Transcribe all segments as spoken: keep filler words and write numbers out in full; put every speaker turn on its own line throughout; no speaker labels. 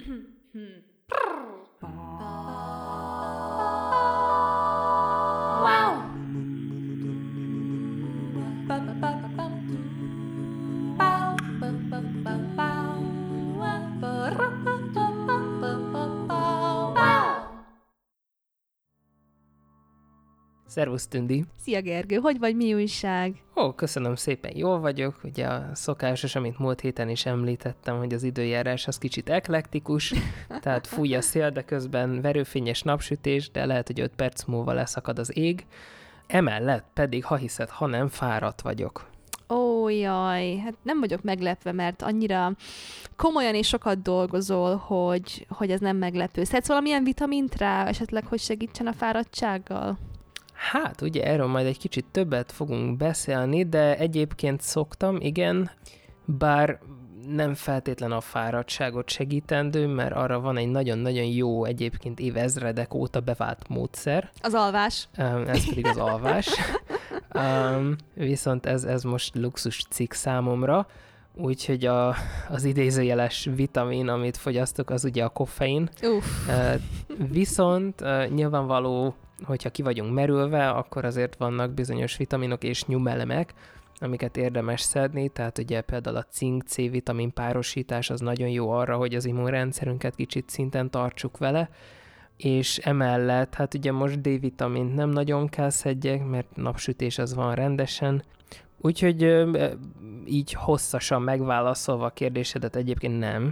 Szervusz, Tündi!
Szia, Gergő! Hogy vagy, mi újság?
Ó, köszönöm szépen, jól vagyok. Ugye a szokásos, amit múlt héten is említettem, hogy az időjárás az kicsit eklektikus, tehát fúj a szél, de közben verőfényes napsütés, de lehet, hogy öt perc múlva leszakad az ég. Emellett pedig, ha hiszed, ha nem, fáradt vagyok.
Ó, jaj, hát nem vagyok meglepve, mert annyira komolyan és sokat dolgozol, hogy, hogy ez nem meglepő. Szedsz valamilyen vitamint rá, esetleg, hogy segítsen a fáradtsággal?
Hát, ugye erről majd egy kicsit többet fogunk beszélni, de egyébként szoktam, igen, bár nem feltétlen a fáradtságot segítendő, mert arra van egy nagyon-nagyon jó, egyébként évezredek óta bevált módszer.
Az alvás.
Ez pedig az alvás. um, viszont ez, ez most luxus cikk számomra, úgyhogy a, az idézőjeles vitamin, amit fogyasztok, az ugye a koffein.
Uff.
Uh, viszont uh, nyilvánvaló, hogyha ki vagyunk merülve, akkor azért vannak bizonyos vitaminok és nyomelemek, amiket érdemes szedni, tehát ugye például a cink-C-vitamin párosítás az nagyon jó arra, hogy az immunrendszerünket kicsit szinten tartsuk vele, és emellett, hát ugye most D-vitamint nem nagyon kell szedjek, mert napsütés az van rendesen, úgyhogy így hosszasan megválaszolva a kérdésedet, egyébként nem.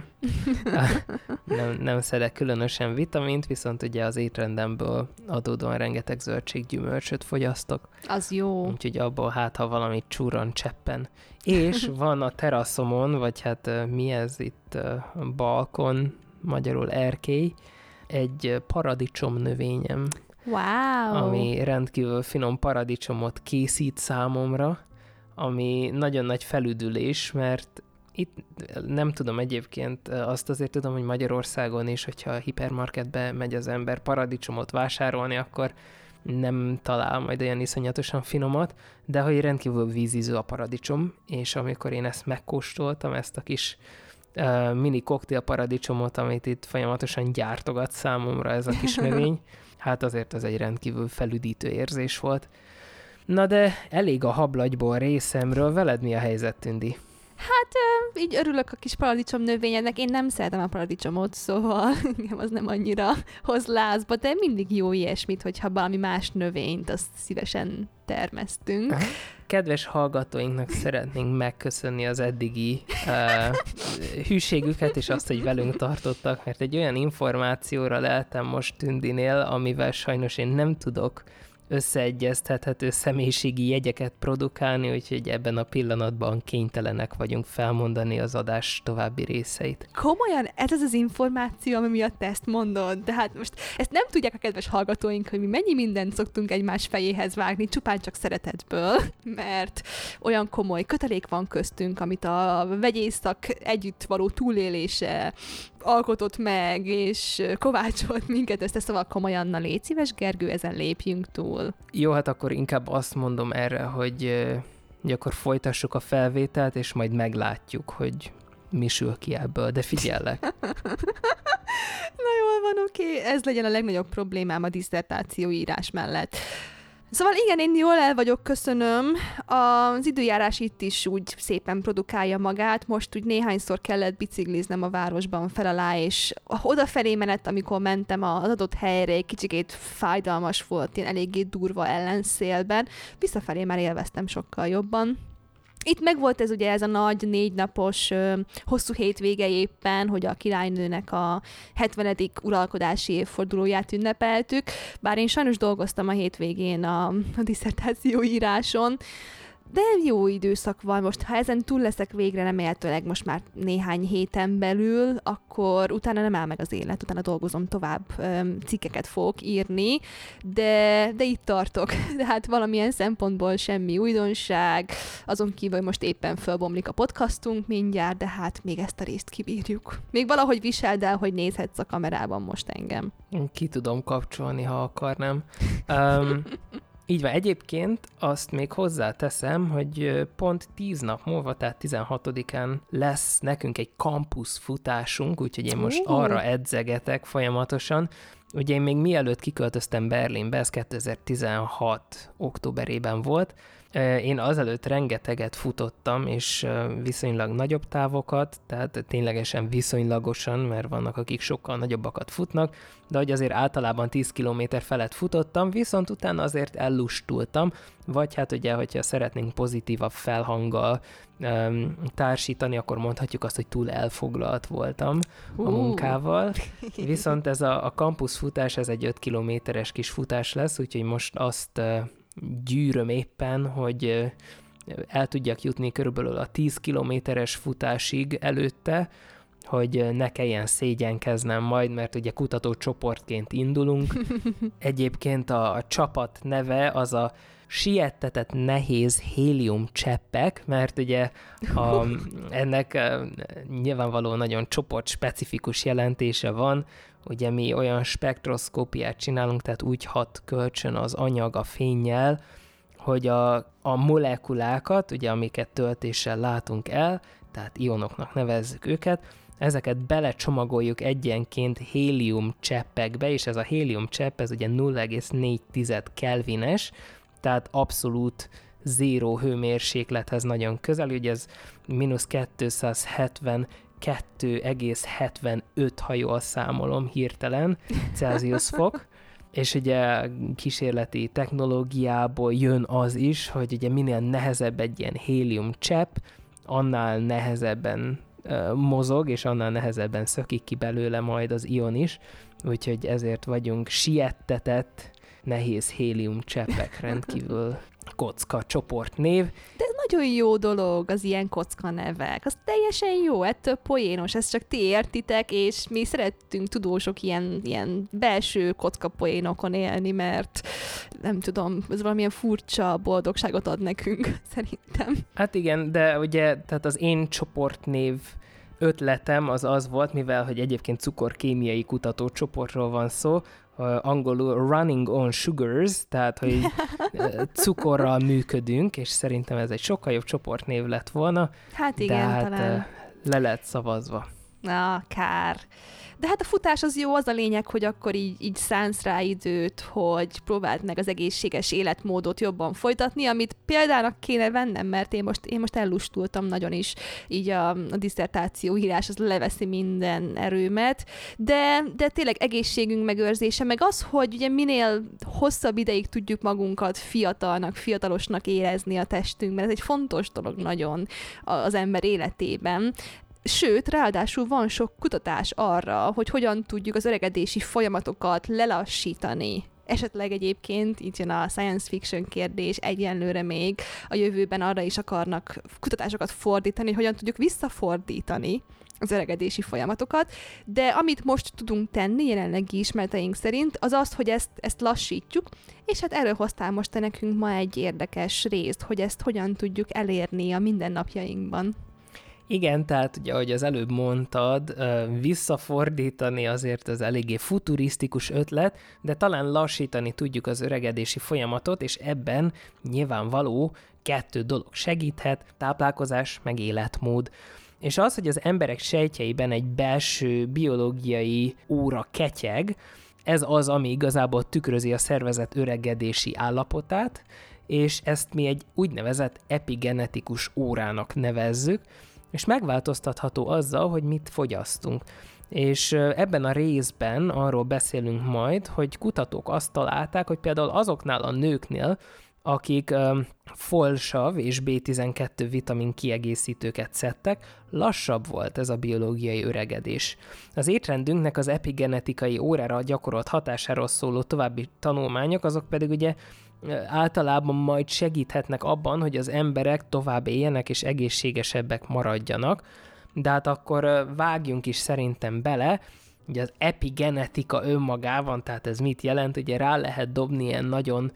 nem, nem szedek különösen vitamint, viszont ugye az étrendemből adódóan rengeteg zöldséggyümölcsöt fogyasztok.
Az jó.
Úgyhogy abból hát, ha valamit csúran cseppen. És van a teraszomon, vagy hát mi ez itt, balkon, magyarul erkély, egy paradicsom növényem.
Wow!
Ami rendkívül finom paradicsomot készít számomra, ami nagyon nagy felüdülés, mert itt nem tudom egyébként, azt azért tudom, hogy Magyarországon is, hogyha a hipermarketbe megy az ember paradicsomot vásárolni, akkor nem talál majd olyan iszonyatosan finomat, de hogy rendkívül vízíző a paradicsom, és amikor én ezt megkóstoltam, ezt a kis uh, mini koktél paradicsomot, amit itt folyamatosan gyártogat számomra ez a kis növény, hát azért ez egy rendkívül felüdítő érzés volt. Na de elég a hablagyból részemről, veled mi a helyzet, Tündi?
Hát így örülök a kis paradicsom növényednek, én nem szeretem a paradicsomot, szóval az nem annyira hoz lázba, de mindig jó ilyesmit, hogyha valami más növényt, azt szívesen termesztünk.
Kedves hallgatóinknak szeretnénk megköszönni az eddigi uh, hűségüket, és azt, hogy velünk tartottak, mert egy olyan információra leltem most Tündinél, amivel sajnos én nem tudok összeegyeztethető személyiségi jegyeket produkálni, úgyhogy ebben a pillanatban kénytelenek vagyunk felmondani az adás további részeit.
Komolyan? Ez az az információ, ami miatt te ezt mondod? De hát most ezt nem tudják a kedves hallgatóink, hogy mi mennyi mindent szoktunk egymás fejéhez vágni, csupán csak szeretetből, mert olyan komoly kötelék van köztünk, amit a vegyészak együtt való túlélése alkotott meg, és kovácsolt minket össze, szóval komolyan, na légy szíves, Gergő, ezen lépjünk túl.
Jó, hát akkor inkább azt mondom erre, hogy, hogy akkor folytassuk a felvételt, és majd meglátjuk, hogy mi sül ki ebből, de figyellek.
Na jól van, oké, ez legyen a legnagyobb problémám a diszertációírás mellett. Szóval igen, én jól el vagyok, köszönöm. Az időjárás itt is úgy szépen produkálja magát. Most úgy néhányszor kellett bicikliznem a városban fel alá, és odafelé menet, amikor mentem az adott helyre, egy kicsikét fájdalmas volt, ilyen eléggé durva ellenszélben. Visszafelé már élveztem sokkal jobban. Itt meg volt ez ugye ez a nagy négy napos ö, hosszú hétvége éppen, hogy a királynőnek a hetvenedik uralkodási évfordulóját ünnepeltük, bár én sajnos dolgoztam a hétvégén a, a diszertációíráson, de jó időszak van most. Ha ezen túl leszek végre, remélhetőleg most már néhány héten belül, akkor utána nem áll meg az élet, utána dolgozom tovább, öm, cikkeket fogok írni, de, de itt tartok. De hát valamilyen szempontból semmi újdonság, azon kívül most éppen fölbomlik a podcastunk mindjárt, de hát még ezt a részt kibírjuk. Még valahogy viseld el, hogy nézhetsz a kamerában most engem.
Ki tudom kapcsolni, ha akarnám. Um... Így van. Egyébként azt még hozzáteszem, hogy pont tíz nap múlva, tehát tizenhatodikán lesz nekünk egy campus futásunk, úgyhogy én most uh. arra edzegetek folyamatosan. Ugye én még mielőtt kiköltöztem Berlinbe, ez kétezer-tizenhat októberében volt, én azelőtt rengeteget futottam, és viszonylag nagyobb távokat, tehát ténylegesen viszonylagosan, mert vannak, akik sokkal nagyobbakat futnak, de hogy azért általában tíz kilométer felett futottam, viszont utána azért ellustultam, vagy hát ugye, hogyha szeretnénk pozitívabb felhanggal um, társítani, akkor mondhatjuk azt, hogy túl elfoglalt voltam uh. a munkával. Viszont ez a, a campus futás, ez egy öt kilométeres kis futás lesz, úgyhogy most azt uh, gyűröm éppen, hogy el tudjak jutni körülbelül a tíz kilométeres futásig előtte, hogy ne kelljen szégyenkeznem majd, mert ugye kutatócsoportként indulunk. Egyébként a, a csapat neve az a siettetett nehéz hélium cseppek, mert ugye a, ennek nyilvánvalóan nagyon csoportspecifikus jelentése van. Ugye mi olyan spektroszkópiát csinálunk, tehát úgy hat kölcsön az anyag a fénnyel, hogy a, a molekulákat, ugye amiket töltéssel látunk el, tehát ionoknak nevezzük őket, ezeket belecsomagoljuk egyenként hélium cseppekbe, és ez a hélium csepp, ez ugye nulla egész négy kelvines, tehát abszolút zéró hőmérséklethez nagyon közel, ugye ez mínusz kétszázhetvenkettő egész hetvenöt, ha jól számolom hirtelen, Celsius fok, és ugye kísérleti technológiából jön az is, hogy ugye minél nehezebb egy ilyen hélium csepp, annál nehezebben uh, mozog, és annál nehezebben szökik ki belőle majd az ion is, úgyhogy ezért vagyunk siettetett nehéz hélium cseppek, rendkívül kocka csoportnév.
De ez nagyon jó dolog, az ilyen kocka nevek. Az teljesen jó, ettől poénos, ezt csak ti értitek, és mi szerettünk tudósok ilyen, ilyen belső kocka poénokon élni, mert nem tudom, ez valamilyen furcsa boldogságot ad nekünk, szerintem.
Hát igen, de ugye, tehát az én csoportnév ötletem az az volt, mivel hogy egyébként cukorkémiai kutatócsoportról van szó, Uh, angolul running on sugars, tehát hogy uh, cukorral működünk, és szerintem ez egy sokkal jobb csoportnév lett volna.
Hát igen,
de hát,
talán.
Uh, le lett szavazva.
Na, kár. De hát a futás az jó, az a lényeg, hogy akkor így, így szánsz rá időt, hogy próbáld meg az egészséges életmódot jobban folytatni, amit példának kéne vennem, mert én most, én most ellustultam nagyon is, így a, a disszertáció írás, az leveszi minden erőmet, de, de tényleg egészségünk megőrzése, meg az, hogy ugye minél hosszabb ideig tudjuk magunkat fiatalnak, fiatalosnak érezni a testünkben, ez egy fontos dolog nagyon az ember életében. Sőt, ráadásul van sok kutatás arra, hogy hogyan tudjuk az öregedési folyamatokat lelassítani. Esetleg egyébként, így jön a science fiction kérdés, egyenlőre még a jövőben arra is akarnak kutatásokat fordítani, hogy hogyan tudjuk visszafordítani az öregedési folyamatokat, de amit most tudunk tenni jelenlegi ismereteink szerint, az az, hogy ezt, ezt lassítjuk, és hát erről hoztál most te nekünk ma egy érdekes részt, hogy ezt hogyan tudjuk elérni a mindennapjainkban.
Igen, tehát ugye, ahogy az előbb mondtad, visszafordítani azért az eléggé futurisztikus ötlet, de talán lassítani tudjuk az öregedési folyamatot, és ebben nyilvánvaló kettő dolog segíthet, táplálkozás meg életmód. És az, hogy az emberek sejtjeiben egy belső biológiai óra ketyeg, ez az, ami igazából tükrözi a szervezet öregedési állapotát, és ezt mi egy úgynevezett epigenetikus órának nevezzük, és megváltoztatható azzal, hogy mit fogyasztunk. És ebben a részben arról beszélünk majd, hogy kutatók azt találták, hogy például azoknál a nőknél, akik um, folsav és bé tizenkettő vitamin kiegészítőket szedtek, lassabb volt ez a biológiai öregedés. Az étrendünknek az epigenetikai órára gyakorolt hatásáról szóló további tanulmányok, azok pedig ugye általában majd segíthetnek abban, hogy az emberek tovább éljenek és egészségesebbek maradjanak, de hát akkor vágjunk is szerintem bele, Ugye az epigenetika önmagában, tehát ez mit jelent? Ugye rá lehet dobni ilyen nagyon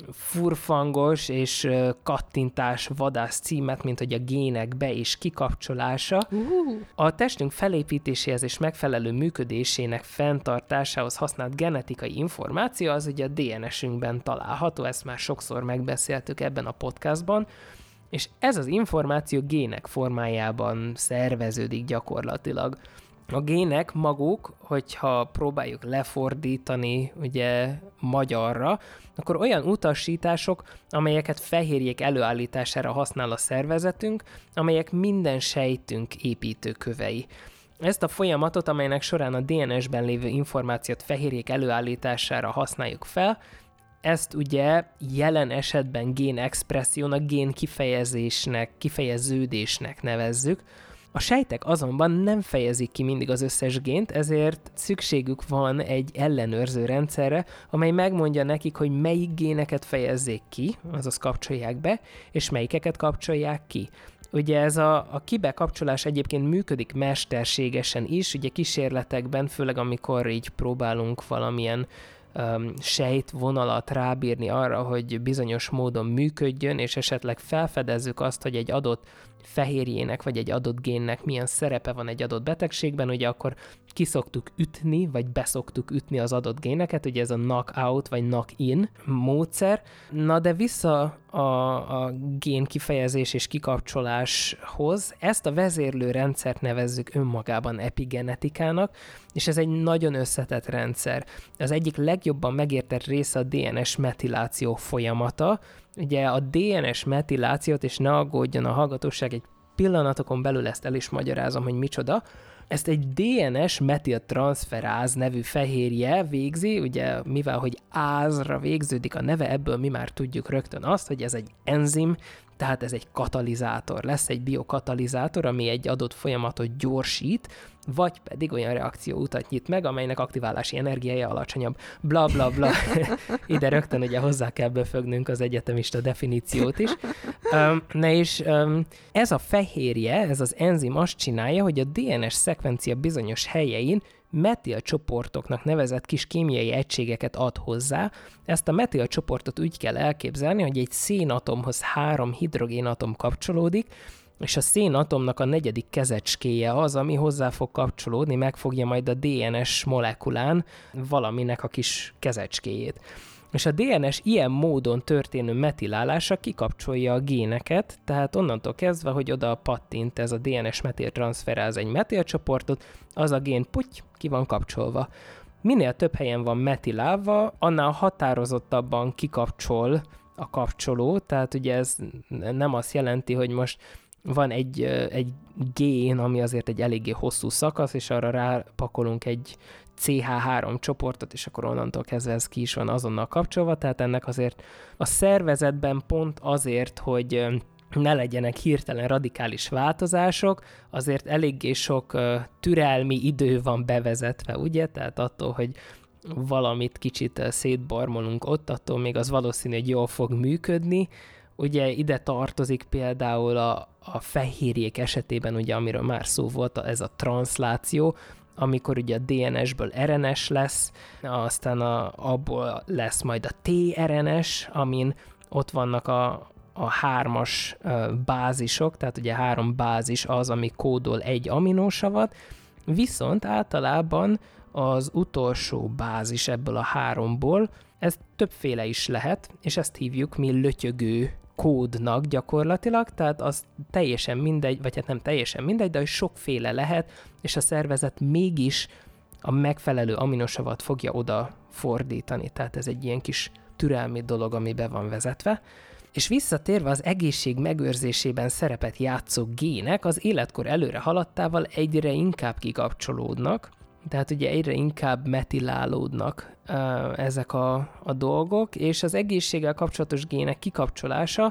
furfangos és kattintás vadász címet, mint hogy a gének be- és kikapcsolása. Uh. A testünk felépítéséhez és megfelelő működésének fenntartásához használt genetikai információ az ugye a dé en es-ünkben található, ezt már sokszor megbeszéltük ebben a podcastban, és ez az információ gének formájában szerveződik gyakorlatilag. A gének maguk, hogyha próbáljuk lefordítani ugye magyarra, akkor olyan utasítások, amelyeket fehérjék előállítására használ a szervezetünk, amelyek minden sejtünk építőkövei. Ezt a folyamatot, amelynek során a dé en es-ben lévő információt fehérjék előállítására használjuk fel, ezt ugye jelen esetben génexpressziónak, gén kifejezésnek, kifejeződésnek nevezzük. A sejtek azonban nem fejezik ki mindig az összes gént, ezért szükségük van egy ellenőrző rendszerre, amely megmondja nekik, hogy melyik géneket fejezzék ki, azaz kapcsolják be, és melyikeket kapcsolják ki. Ugye ez a, a kibekapcsolás egyébként működik mesterségesen is, ugye kísérletekben, főleg amikor így próbálunk valamilyen um, sejtvonalat rábírni arra, hogy bizonyos módon működjön, és esetleg felfedezzük azt, hogy egy adott fehérjének vagy egy adott génnek milyen szerepe van egy adott betegségben, ugye akkor kiszoktuk ütni, vagy beszoktuk ütni az adott géneket, ugye ez a knock-out vagy knock-in módszer. Na de vissza a, a gén kifejezés és kikapcsoláshoz, ezt a vezérlő rendszert nevezzük önmagában epigenetikának, és ez egy nagyon összetett rendszer. Az egyik legjobban megértett része a dé en es metiláció folyamata. Ugye a dé en es metilációt, és ne aggódjon a hallgatóság, egy pillanatokon belül ezt el is magyarázom, hogy micsoda. Ezt egy dé en es metiltranszferáz nevű fehérje végzi, ugye mivel hogy ázra végződik a neve, ebből mi már tudjuk rögtön azt, hogy ez egy enzim, tehát ez egy katalizátor. Lesz egy biokatalizátor, ami egy adott folyamatot gyorsít, vagy pedig olyan reakcióutat nyit meg, amelynek aktiválási energiája alacsonyabb. Bla, bla, bla. Ide rögtön ugye hozzá kell befögnünk az egyetemista definíciót is. Um, na és um, ez a fehérje, ez az enzim azt csinálja, hogy a dé en es szekvencia bizonyos helyein metilcsoportoknak nevezett kis kémiai egységeket ad hozzá. Ezt a metilcsoportot úgy kell elképzelni, hogy egy szénatomhoz három hidrogénatom kapcsolódik, és a szénatomnak a negyedik kezecskéje az, ami hozzá fog kapcsolódni, megfogja majd a dé en es molekulán valaminek a kis kezecskéjét. És a dé en es ilyen módon történő metilálása kikapcsolja a géneket, tehát onnantól kezdve, hogy oda pattint ez a dé en es metiltranszferáz egy metilcsoportot, az a gén puty, ki van kapcsolva. Minél több helyen van metilálva, annál határozottabban kikapcsol a kapcsoló, tehát ugye ez nem azt jelenti, hogy most van egy, egy gén, ami azért egy eléggé hosszú szakasz, és arra rápakolunk egy cé há három csoportot, és akkor onnantól kezdve ez ki is van azonnal kapcsolva, tehát ennek azért a szervezetben pont azért, hogy ne legyenek hirtelen radikális változások, azért eléggé sok uh, türelmi idő van bevezetve, ugye? Tehát attól, hogy valamit kicsit szétbarmolunk ott, attól még az valószínű, hogy jól fog működni. Ugye ide tartozik például a, a fehérjék esetében, ugye, amiről már szó volt, ez a transzláció, amikor ugye a dé en es-ből er en es lesz, aztán a, abból lesz majd a té er en es, amin ott vannak a, a hármas uh, bázisok, tehát ugye három bázis az, ami kódol egy aminósavat, viszont általában az utolsó bázis ebből a háromból, ez többféle is lehet, és ezt hívjuk mi lötyögő kódnak gyakorlatilag, tehát az teljesen mindegy, vagy hát nem teljesen mindegy, de hogy sokféle lehet, és a szervezet mégis a megfelelő aminosavat fogja oda fordítani, tehát ez egy ilyen kis türelmi dolog, ami be van vezetve. És visszatérve az egészség megőrzésében szerepet játszó gének az életkor előre haladtával egyre inkább kikapcsolódnak, tehát ugye egyre inkább metilálódnak uh, ezek a, a dolgok, és az egészséggel kapcsolatos gének kikapcsolása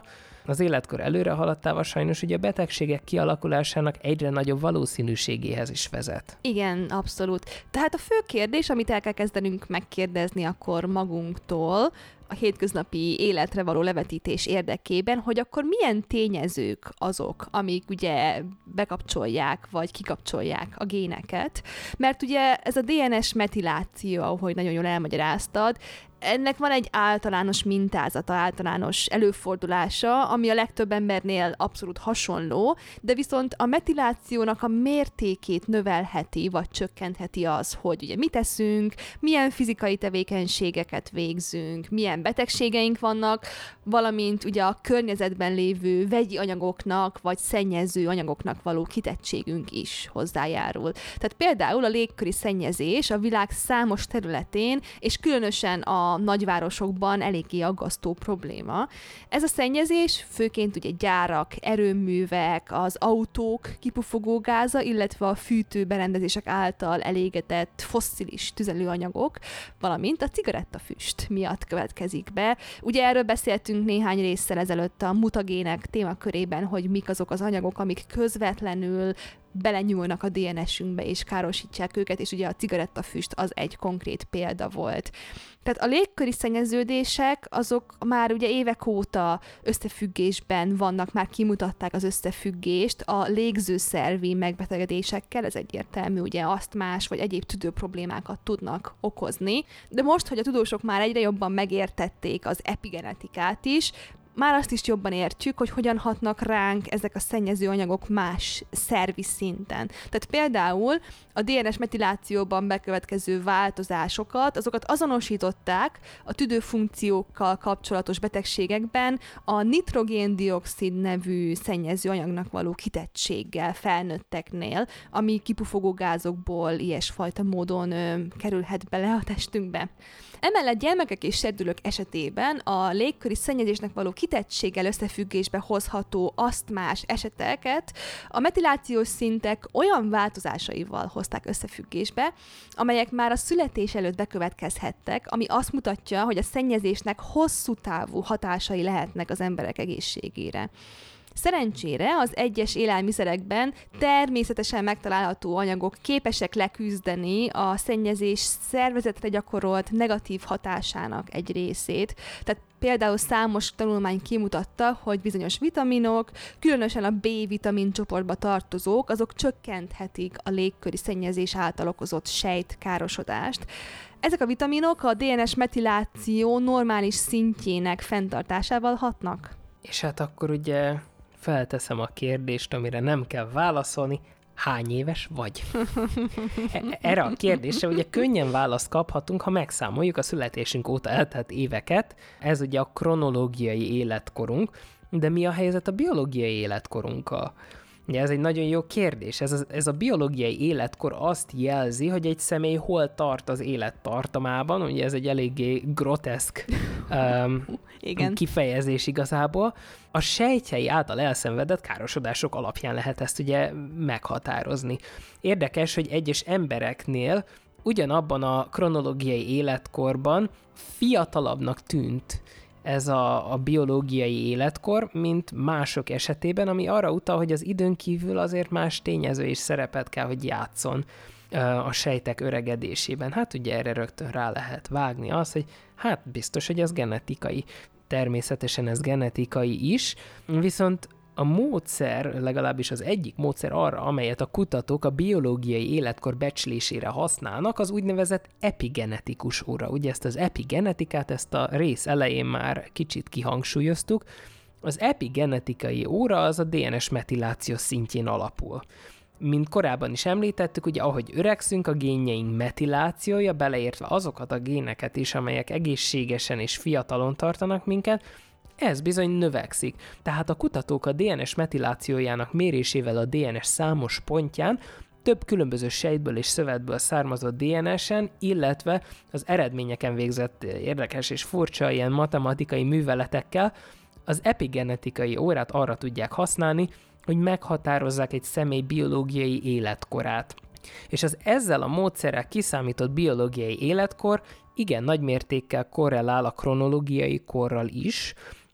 Az életkor előre haladtával sajnos ugye a betegségek kialakulásának egyre nagyobb valószínűségéhez is vezet.
Igen, abszolút. Tehát a fő kérdés, amit el kell kezdenünk megkérdezni akkor magunktól, a hétköznapi életre való levetítés érdekében, hogy akkor milyen tényezők azok, amik ugye bekapcsolják, vagy kikapcsolják a géneket. Mert ugye ez a dé en es metiláció, ahogy nagyon jól elmagyaráztad, ennek van egy általános mintázata, általános előfordulása, ami a legtöbb embernél abszolút hasonló, de viszont a metilációnak a mértékét növelheti, vagy csökkentheti az, hogy ugye mit eszünk, milyen fizikai tevékenységeket végzünk, milyen betegségeink vannak, valamint ugye a környezetben lévő vegyi anyagoknak, vagy szennyező anyagoknak való kitettségünk is hozzájárul. Tehát például a légköri szennyezés a világ számos területén, és különösen a a nagyvárosokban eléggé aggasztó probléma. Ez a szennyezés főként ugye gyárak, erőművek, az autók kipufogó gáza, illetve a fűtőberendezések által elégetett fosszilis tüzelőanyagok, valamint a cigarettafüst miatt következik be. Ugye erről beszéltünk néhány résszel ezelőtt a mutagének témakörében, hogy mik azok az anyagok, amik közvetlenül belenyúlnak a dé en esünkbe és károsítják őket, és ugye a cigarettafüst az egy konkrét példa volt. Tehát a légköri szennyeződések azok már ugye évek óta összefüggésben vannak, már kimutatták az összefüggést a légzőszervi megbetegedésekkel, ez egyértelmű, ugye asztmás vagy egyéb tüdő problémákat tudnak okozni, de most, hogy a tudósok már egyre jobban megértették az epigenetikát is, már azt is jobban értjük, hogy hogyan hatnak ránk ezek a szennyező anyagok más szervi szinten. Tehát például a dé en es metilációban bekövetkező változásokat, azokat azonosították a tüdőfunkciókkal kapcsolatos betegségekben a nitrogén-dioxid nevű szennyező anyagnak való kitettséggel felnőtteknél, ami kipufogó gázokból ilyesfajta módon ö, kerülhet bele a testünkbe. Emellett gyermekek és serdülők esetében a légköri szennyezésnek való kitettséggel összefüggésbe hozható asztmás eseteket a metilációs szintek olyan változásaival hozták összefüggésbe, amelyek már a születés előtt bekövetkezhettek, ami azt mutatja, hogy a szennyezésnek hosszú távú hatásai lehetnek az emberek egészségére. Szerencsére az egyes élelmiszerekben természetesen megtalálható anyagok képesek leküzdeni a szennyezés szervezetre gyakorolt negatív hatásának egy részét. Tehát például számos tanulmány kimutatta, hogy bizonyos vitaminok, különösen a B-vitamin csoportba tartozók, azok csökkenthetik a légköri szennyezés által okozott sejtkárosodást. Ezek a vitaminok a dé en es metiláció normális szintjének fenntartásával hatnak.
És hát akkor ugye felteszem a kérdést, amire nem kell válaszolni, hány éves vagy? Erre a kérdésre ugye könnyen választ kaphatunk, ha megszámoljuk a születésünk óta eltelt éveket, ez ugye a kronológiai életkorunk, de mi a helyzet a biológiai életkorunkkal? Ugye ez egy nagyon jó kérdés. Ez a, ez a biológiai életkor azt jelzi, hogy egy személy hol tart az élettartamában, ugye ez egy eléggé groteszk um, Igen. kifejezés igazából. A sejtjei által elszenvedett károsodások alapján lehet ezt ugye meghatározni. Érdekes, hogy egyes embereknél ugyanabban a kronológiai életkorban fiatalabbnak tűnt ez a, a biológiai életkor, mint mások esetében, ami arra utal, hogy az időn kívül azért más tényező és szerepet kell, hogy játszon a sejtek öregedésében. Hát ugye erre rögtön rá lehet vágni az, hogy hát biztos, hogy ez genetikai. Természetesen ez genetikai is, viszont a módszer, legalábbis az egyik módszer arra, amelyet a kutatók a biológiai életkor becslésére használnak, az úgynevezett epigenetikus óra. Ugye ezt az epigenetikát, ezt a rész elején már kicsit kihangsúlyoztuk. Az epigenetikai óra az a dé en es metiláció szintjén alapul. Mint korábban is említettük, ugye ahogy öregszünk, a génjeink metilációja, beleértve azokat a géneket is, amelyek egészségesen és fiatalon tartanak minket, ez bizony növekszik. Tehát a kutatók a dé en es metilációjának mérésével a dé en es számos pontján több különböző sejtből és szövetből származott dé en esen, illetve az eredményeken végzett érdekes és furcsa ilyen matematikai műveletekkel az epigenetikai órát arra tudják használni, hogy meghatározzák egy személy biológiai életkorát. És az ezzel a módszerrel kiszámított biológiai életkor igen nagy mértékkel korrelál a kronológiai korral is,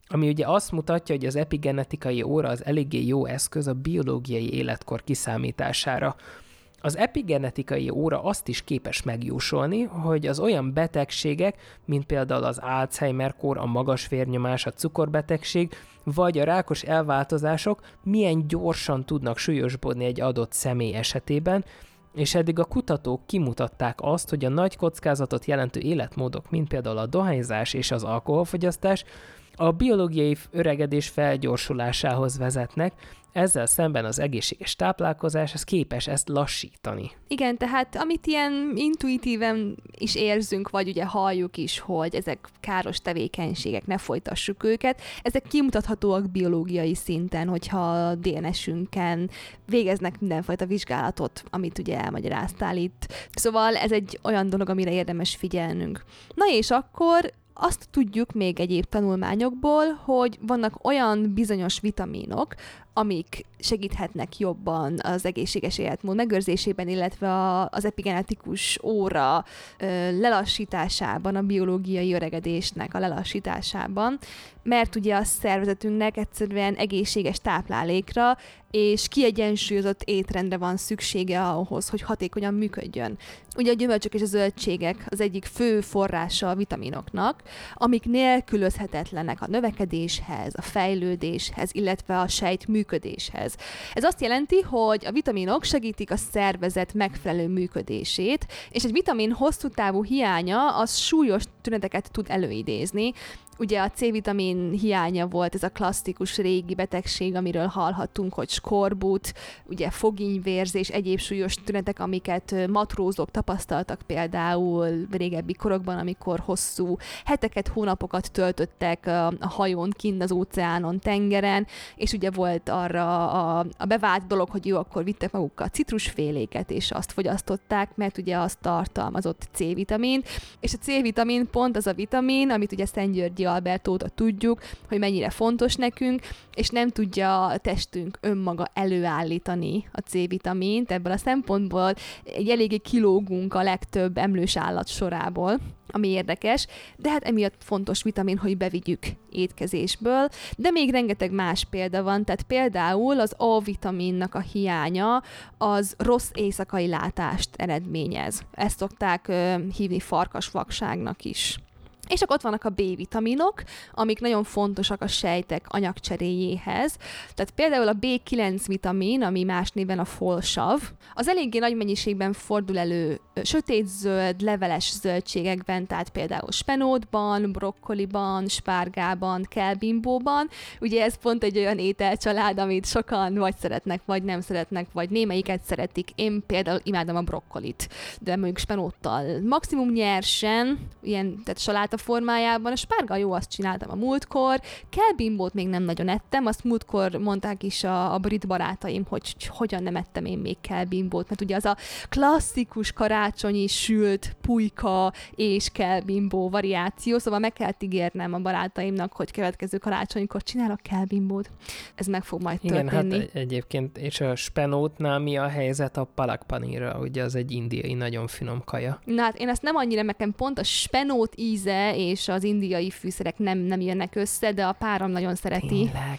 ami ugye azt mutatja, hogy az epigenetikai óra az eléggé jó eszköz a biológiai életkor kiszámítására. Az epigenetikai óra azt is képes megjósolni, hogy az olyan betegségek, mint például az Alzheimer-kór, a magas vérnyomás, a cukorbetegség, vagy a rákos elváltozások milyen gyorsan tudnak súlyosbodni egy adott személy esetében, és eddig a kutatók kimutatták azt, hogy a nagy kockázatot jelentő életmódok, mint például a dohányzás és az alkoholfogyasztás, a biológiai öregedés felgyorsulásához vezetnek, ezzel szemben az egészséges táplálkozás az képes ezt lassítani.
Igen, tehát amit ilyen intuitíven is érzünk, vagy ugye halljuk is, hogy ezek káros tevékenységek, ne folytassuk őket, ezek kimutathatóak biológiai szinten, hogyha a dé en es-ünken végeznek mindenfajta vizsgálatot, amit ugye elmagyaráztál itt. Szóval ez egy olyan dolog, amire érdemes figyelnünk. Na és akkor azt tudjuk még egyéb tanulmányokból, hogy vannak olyan bizonyos vitaminok, amik segíthetnek jobban az egészséges életmód megőrzésében, illetve a, az epigenetikus óra ö, lelassításában, a biológiai öregedésnek a lelassításában, mert ugye a szervezetünknek egyszerűen egészséges táplálékra és kiegyensúlyozott étrendre van szüksége ahhoz, hogy hatékonyan működjön. Ugye a gyümölcsök és a zöldségek az egyik fő forrása a vitaminoknak, amik nélkülözhetetlenek a növekedéshez, a fejlődéshez, illetve a sejt működéshez. Ez azt jelenti, hogy a vitaminok segítik a szervezet megfelelő működését, és egy vitamin hosszú távú hiánya az súlyos tüneteket tud előidézni. Ugye a C-vitamin hiánya volt ez a klasszikus régi betegség, amiről hallhattunk, hogy skorbut, ugye fogínyvérzés, egyéb súlyos tünetek, amiket matrózok tapasztaltak például régebbi korokban, amikor hosszú heteket, hónapokat töltöttek a hajón, kint az óceánon, tengeren, és ugye volt arra a, a bevált dolog, hogy jó, akkor vittek magukkal citrusféléket, és azt fogyasztották, mert ugye azt tartalmazott C-vitamin, és a C-vitamin pont az a vitamin, amit ugye Szent-Györgyi Albert óta tudjuk, hogy mennyire fontos nekünk, és nem tudja a testünk önmaga előállítani a C-vitamint. Ebből a szempontból egy eléggé kilógunk a legtöbb emlős állat sorából, ami érdekes, de hát emiatt fontos vitamin, hogy bevigyük étkezésből, de még rengeteg más példa van, tehát például az A-vitaminnak a hiánya az rossz éjszakai látást eredményez. Ezt szokták ö, hívni farkasvakságnak is. És akkor ott vannak a B-vitaminok, amik nagyon fontosak a sejtek anyagcseréjéhez. Tehát például a bé kilenc vitamin, ami más néven a folsav, az eléggé nagy mennyiségben fordul elő sötétzöld, leveles zöldségekben, tehát például spenótban, brokkoliban, spárgában, kelbimbóban. Ugye ez pont egy olyan ételcsalád, amit sokan vagy szeretnek, vagy nem szeretnek, vagy némelyiket szeretik. Én például imádom a brokkolit, de mondjuk spenóttal maximum nyersen, ilyen, tehát saláta formájában. A spárga jó, azt csináltam a múltkor. Kelbimbót még nem nagyon ettem, azt múltkor mondták is a, a brit barátaim, hogy hogyan nem ettem én még kelbimbót, mert ugye az a klasszikus karácsonyi sült pulyka és kelbimbó variáció, szóval meg kellett ígérnem a barátaimnak, hogy következő karácsonykor csinálok kelbimbót. Ez meg fog majd
Igen,
történni.
Hát egyébként, és a spenótnál mi a helyzet a palak panírra? Ugye az egy indiai nagyon finom kaja.
Na hát én ezt nem annyira, nekem pont a spenót íze és az indiai fűszerek nem, nem jönnek össze, de a párom nagyon szereti.
Tényleg?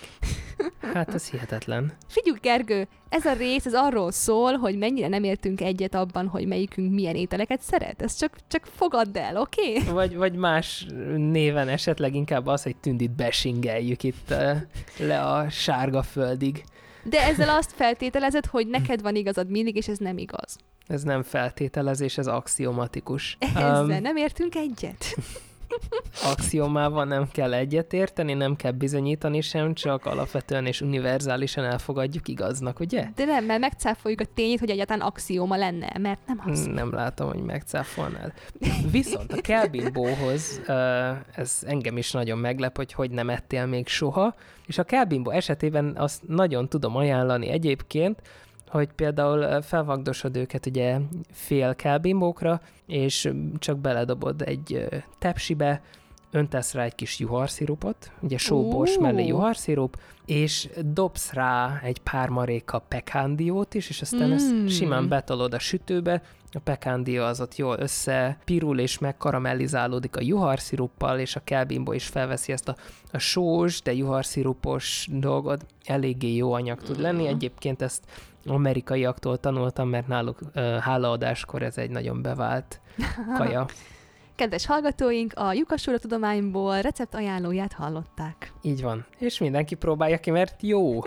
Hát ez hihetetlen.
Figyelj, Gergő, ez a rész ez arról szól, hogy mennyire nem értünk egyet abban, hogy melyikünk milyen ételeket szeret. Ezt csak, csak fogadd el, oké? Okay?
Vagy, vagy más néven esetleg inkább az, hogy Tündit besingeljük itt uh, le a sárga földig.
De ezzel azt feltételezed, hogy neked van igazad mindig, és ez nem igaz.
Ez nem feltételezés, ez axiomatikus.
Ezzel um, nem értünk egyet?
Axiomával nem kell egyetérteni, nem kell bizonyítani sem, csak alapvetően és univerzálisan elfogadjuk igaznak, ugye?
De nem, mert megcáfoljuk a tényét, hogy egyáltalán axióma lenne, mert nem az.
Nem látom, hogy megcáfolnál. Viszont a kelbimbóhoz ez engem is nagyon meglep, hogy hogy nem ettél még soha, és a kelbimbó esetében azt nagyon tudom ajánlani egyébként, hogy például felvagdosod őket ugye fél kelbimbókra, és csak beledobod egy tepsibe, öntesz rá egy kis juharszirupot, ugye sóbors
Ú.
mellé juharszirup, és dobsz rá egy pár maréka pekándiót is, és aztán
Mm.
ezt simán betolod a sütőbe, a pekándió az ott jól összepirul, és megkaramellizálódik a juharsziruppal, és a kelbimbo is felveszi ezt a, a sós, de juharszirupos dolgot. Eléggé jó anyag tud lenni. Egyébként ezt amerikaiaktól tanultam, mert náluk uh, hálaadáskor ez egy nagyon bevált kaja.
Kedves hallgatóink, a Lyukas Óra Tudományból recept ajánlóját hallották.
Így van. És mindenki próbálja ki, mert jó.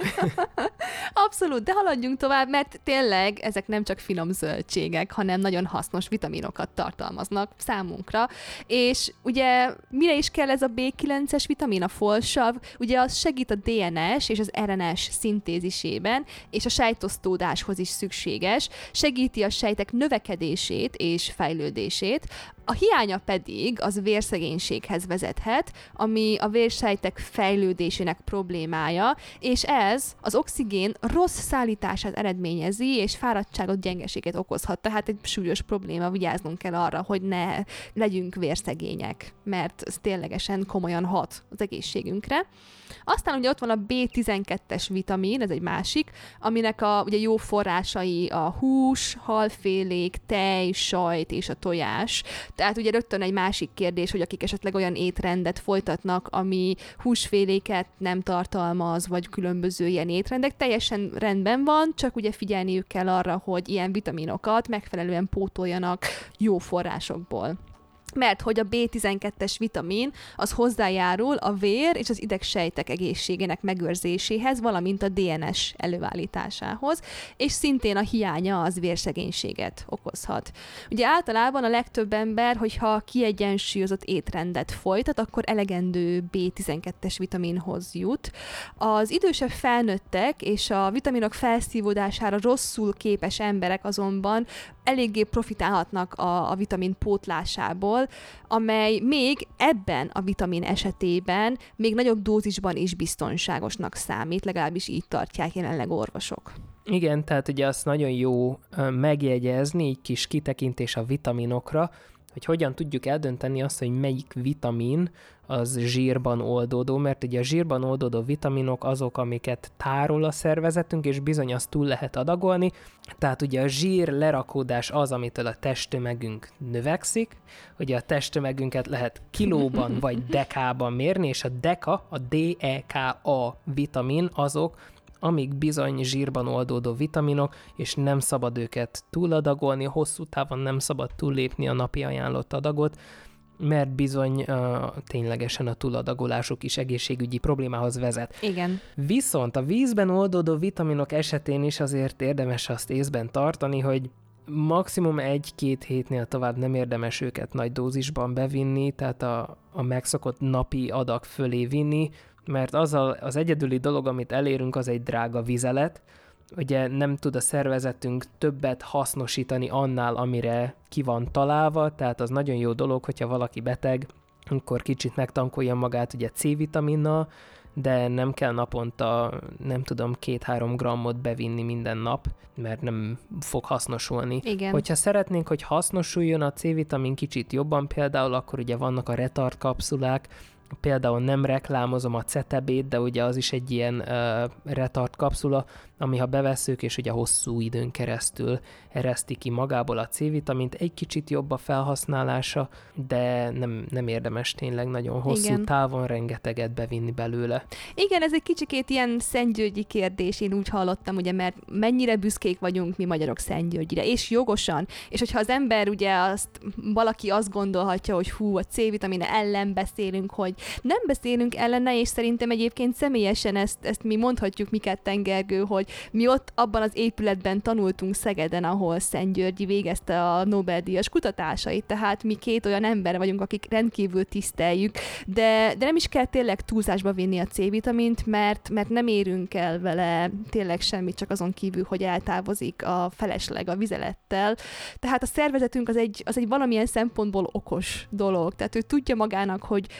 Abszolút, de haladjunk tovább, mert tényleg ezek nem csak finom zöldségek, hanem nagyon hasznos vitaminokat tartalmaznak számunkra. És ugye mire is kell ez a bé kilences vitamin, a folsav? Ugye az segít a dé en es és az er en es szintézisében, és a sejtosztódáshoz is szükséges. Segíti a sejtek növekedését és fejlődését. A hiánya pedig az vérszegénységhez vezethet, ami a vérsejtek fejlődésének problémája, és ez az oxigén rossz szállítását eredményezi, és fáradtságot, gyengeséget okozhat. Tehát egy súlyos probléma, vigyáznunk kell arra, hogy ne legyünk vérszegények, mert ez ténylegesen komolyan hat az egészségünkre. Aztán ugye ott van a bé tizenkettes vitamin, ez egy másik, aminek a ugye jó forrásai a hús, halfélék, tej, sajt és a tojás. Tehát ugye rögtön egy másik kérdés, hogy akik esetleg olyan étrendet folytatnak, ami húsféléket nem tartalmaz, vagy különböző ilyen étrendek, teljesen rendben van, csak ugye figyelniük kell arra, hogy ilyen vitaminokat megfelelően pótoljanak jó forrásokból. Mert hogy a bé tizenkettes vitamin az hozzájárul a vér és az idegsejtek egészségének megőrzéséhez, valamint a dé en es előállításához, és szintén a hiánya az vérszegénységet okozhat. Ugye általában a legtöbb ember, hogyha kiegyensúlyozott étrendet folytat, akkor elegendő bé tizenkettes vitaminhoz jut. Az idősebb felnőttek és a vitaminok felszívódására rosszul képes emberek azonban eléggé profitálhatnak a, a vitamin pótlásából, amely még ebben a vitamin esetében még nagyobb dózisban is biztonságosnak számít, legalábbis így tartják jelenleg orvosok.
Igen, tehát ugye azt nagyon jó megjegyezni, egy kis kitekintés a vitaminokra, hogy hogyan tudjuk eldönteni azt, hogy melyik vitamin az zsírban oldódó, mert ugye a zsírban oldódó vitaminok azok, amiket tárol a szervezetünk, és bizony azt túl lehet adagolni. Tehát ugye a zsír lerakódás az, amitől a testtömegünk növekszik, ugye a testtömegünket lehet kilóban vagy dekában mérni, és a deka, a dé e ká á vitamin azok, amik bizony zsírban oldódó vitaminok, és nem szabad őket túladagolni, hosszú távon nem szabad túllépni a napi ajánlott adagot, mert bizony uh, ténylegesen a túladagolásuk is egészségügyi problémához vezet.
Igen.
Viszont a vízben oldódó vitaminok esetén is azért érdemes azt észben tartani, hogy maximum egy-két hétnél tovább nem érdemes őket nagy dózisban bevinni, tehát a, a megszokott napi adag fölé vinni, mert az a, az egyedüli dolog, amit elérünk, az egy drága vizelet. Ugye nem tud a szervezetünk többet hasznosítani annál, amire ki van találva, tehát az nagyon jó dolog, hogyha valaki beteg, akkor kicsit megtankolja magát ugye C-vitaminnal, de nem kell naponta, nem tudom, két-három grammot bevinni minden nap, mert nem fog hasznosulni.
Igen.
Hogyha szeretnénk, hogy hasznosuljon a C-vitamin kicsit jobban például, akkor ugye vannak a retard kapszulák, például nem reklámozom a Cetebét, de ugye az is egy ilyen uh, retard kapszula, ami ha bevesszük, és ugye hosszú időn keresztül ereszti ki magából a C-vitamint, egy kicsit jobb a felhasználása, de nem, nem érdemes tényleg nagyon hosszú
Igen.
távon rengeteget bevinni belőle.
Igen, ez egy kicsikét ilyen Szentgyörgyi kérdés, én úgy hallottam, ugye, mert mennyire büszkék vagyunk mi magyarok Szentgyörgyire, és jogosan. És hogyha az ember ugye azt, valaki azt gondolhatja, hogy hú, a C-vitamin ellen beszélünk, hogy nem beszélünk ellene, és szerintem egyébként személyesen ezt, ezt mi mondhatjuk mi ketten, Gergő, hogy mi ott abban az épületben tanultunk Szegeden, ahol Szentgyörgyi végezte a Nobel-díjas kutatásait, tehát mi két olyan ember vagyunk, akik rendkívül tiszteljük, de, de nem is kell tényleg túlzásba vinni a C-vitamint, mert, mert nem érünk el vele tényleg semmit, csak azon kívül, hogy eltávozik a felesleg a vizelettel. Tehát a szervezetünk az egy, az egy valamilyen szempontból okos dolog, tehát ő tudja magának, hogy, hogy mire van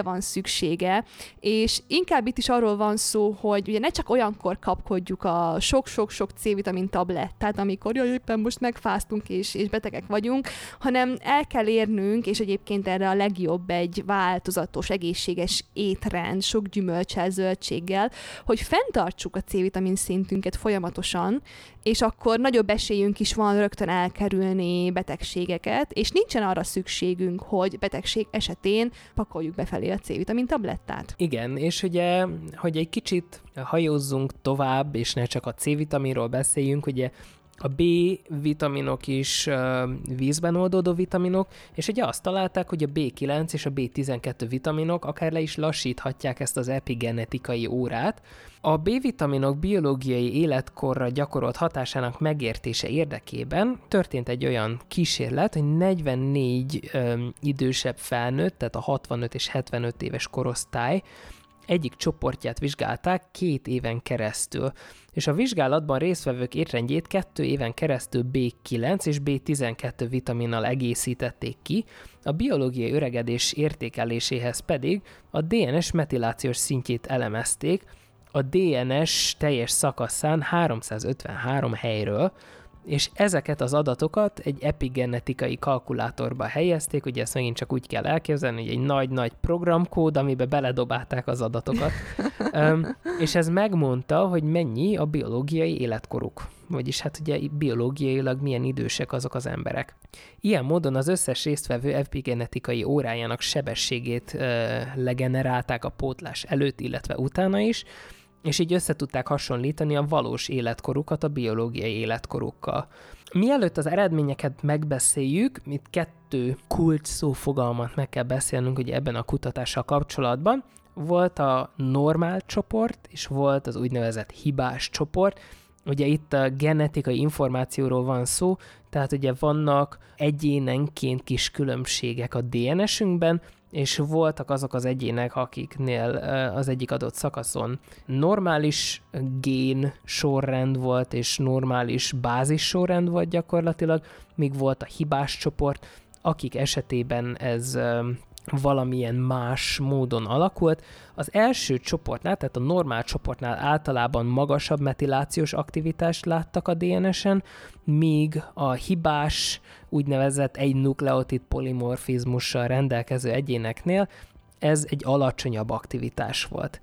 van szüksége, és inkább itt is arról van szó, hogy ugye ne csak olyankor kapkodjuk a sok-sok-sok C-vitamin tablettát, amikor jaj, éppen most megfáztunk és, és betegek vagyunk, hanem el kell érnünk, és egyébként erre a legjobb egy változatos, egészséges étrend, sok gyümölccsel, zöldséggel, hogy fenntartsuk a C-vitamin szintünket folyamatosan, és akkor nagyobb esélyünk is van rögtön elkerülni betegségeket, és nincsen arra szükségünk, hogy betegség esetén pakoljuk befelé a C-vitamin tablettát.
Igen, és ugye, hogy egy kicsit hajózzunk tovább, és ne csak a C-vitaminról beszéljünk, ugye a B-vitaminok is uh, vízben oldódó vitaminok, és ugye azt találták, hogy a bé kilenc és a bé tizenkettő vitaminok akár le is lassíthatják ezt az epigenetikai órát. A B-vitaminok biológiai életkorra gyakorolt hatásának megértése érdekében történt egy olyan kísérlet, hogy negyvennégy um, idősebb felnőtt, tehát a hatvanöt és hetvenöt éves korosztály egyik csoportját vizsgálták két éven keresztül, és a vizsgálatban résztvevők étrendjét kettő éven keresztül bé kilenc és bé tizenkettő vitaminnal egészítették ki, a biológiai öregedés értékeléséhez pedig a dé en es metilációs szintjét elemezték a dé en es teljes szakaszán háromszázötvenhárom helyről, és ezeket az adatokat egy epigenetikai kalkulátorba helyezték, ugye ezt megint csak úgy kell elképzelni, hogy egy nagy-nagy programkód, amiben beledobálták az adatokat, um, és ez megmondta, hogy mennyi a biológiai életkoruk, vagyis hát ugye biológiailag milyen idősek azok az emberek. Ilyen módon az összes résztvevő epigenetikai órájának sebességét uh, legenerálták a pótlás előtt, illetve utána is, és így össze tudták hasonlítani a valós életkorukat a biológiai életkorukkal. Mielőtt az eredményeket megbeszéljük, itt kettő kulcs szófogalmat meg kell beszélnünk ugye ebben a kutatással kapcsolatban. Volt a normál csoport, és volt az úgynevezett hibás csoport. Ugye itt a genetikai információról van szó, tehát ugye vannak egyénenként kis különbségek a dé en esünkben, és voltak azok az egyének, akiknél az egyik adott szakaszon normális gén sorrend volt, és normális bázis sorrend volt gyakorlatilag, míg volt a hibás csoport, akik esetében ez valamilyen más módon alakult. Az első csoportnál, tehát a normál csoportnál általában magasabb metilációs aktivitást láttak a dé en esen, míg a hibás, úgynevezett egy nukleotid polimorfizmussal rendelkező egyéneknél ez egy alacsonyabb aktivitás volt.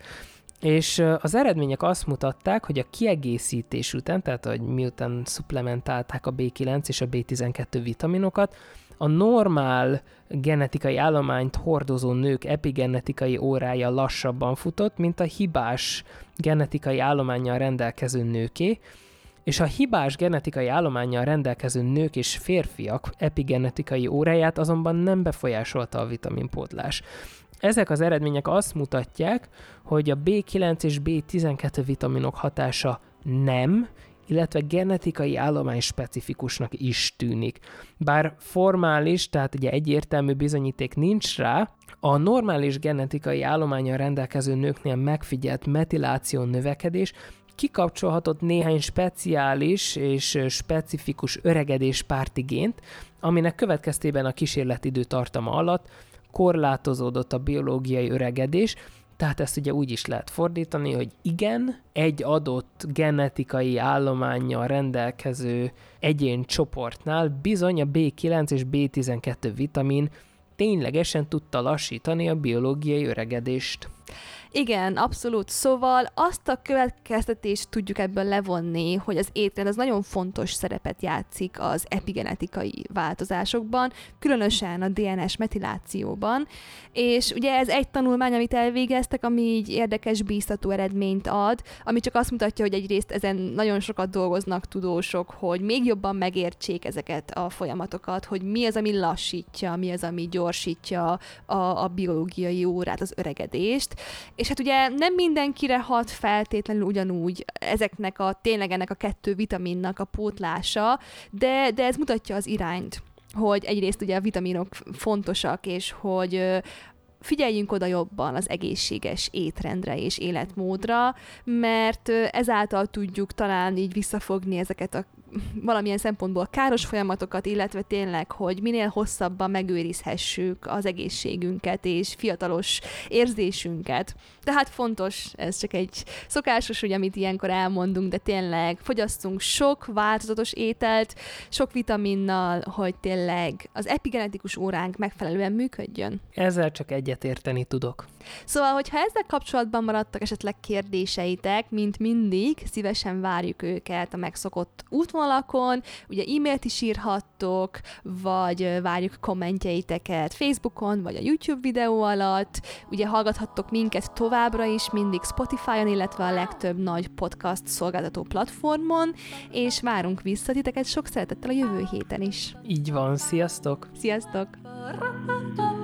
És az eredmények azt mutatták, hogy a kiegészítés után, tehát hogy miután szuplementálták a bé kilenc és a bé tizenkettő vitaminokat, a normál genetikai állományt hordozó nők epigenetikai órája lassabban futott, mint a hibás genetikai állománnyal rendelkező nőké, és a hibás genetikai állománnyal rendelkező nők és férfiak epigenetikai óráját azonban nem befolyásolta a vitaminpótlás. Ezek az eredmények azt mutatják, hogy a bé kilenc és bé tizenkettő vitaminok hatása nem, illetve genetikai állomány specifikusnak is tűnik. Bár formális, tehát ugye egyértelmű bizonyíték nincs rá, a normális genetikai állománnyal rendelkező nőknél megfigyelt metiláció növekedés kikapcsolhatott néhány speciális és specifikus öregedéspárti gént, aminek következtében a kísérletidő tartama alatt korlátozódott a biológiai öregedés, tehát ezt ugye úgy is lehet fordítani, hogy igen, egy adott genetikai állománnyal rendelkező egyén csoportnál bizony a bé kilenc és bé tizenkettő vitamin ténylegesen tudta lassítani a biológiai öregedést.
Igen, abszolút. Szóval azt a következtetést tudjuk ebből levonni, hogy az étrend az nagyon fontos szerepet játszik az epigenetikai változásokban, különösen a dé en es metilációban, és ugye ez egy tanulmány, amit elvégeztek, ami így érdekes, bíztató eredményt ad, ami csak azt mutatja, hogy egyrészt ezen nagyon sokat dolgoznak tudósok, hogy még jobban megértsék ezeket a folyamatokat, hogy mi az, ami lassítja, mi az, ami gyorsítja a, a biológiai órát, az öregedést. És hát ugye nem mindenkire hat feltétlenül ugyanúgy ezeknek a, tényleg ennek a kettő vitaminnak a pótlása, de, de ez mutatja az irányt, hogy egyrészt ugye a vitaminok fontosak, és hogy figyeljünk oda jobban az egészséges étrendre és életmódra, mert ezáltal tudjuk talán így visszafogni ezeket a valamilyen szempontból káros folyamatokat, illetve tényleg, hogy minél hosszabban megőrizhessük az egészségünket és fiatalos érzésünket. Tehát fontos, ez csak egy szokásos, hogy amit ilyenkor elmondunk, de tényleg fogyasztunk sok változatos ételt, sok vitaminnal, hogy tényleg az epigenetikus óránk megfelelően működjön.
Ezzel csak egyetérteni tudok.
Szóval, hogyha ezzel kapcsolatban maradtak esetleg kérdéseitek, mint mindig, szívesen várjuk őket a megszokott útvonalakon, ugye e-mailt is írhattok, vagy várjuk kommentjeiteket Facebookon, vagy a YouTube videó alatt, ugye hallgathattok minket továbbra is, mindig Spotify-on, illetve a legtöbb nagy podcast szolgáltató platformon, és várunk vissza titeket sok szeretettel a jövő héten is.
Így van, sziasztok!
Sziasztok!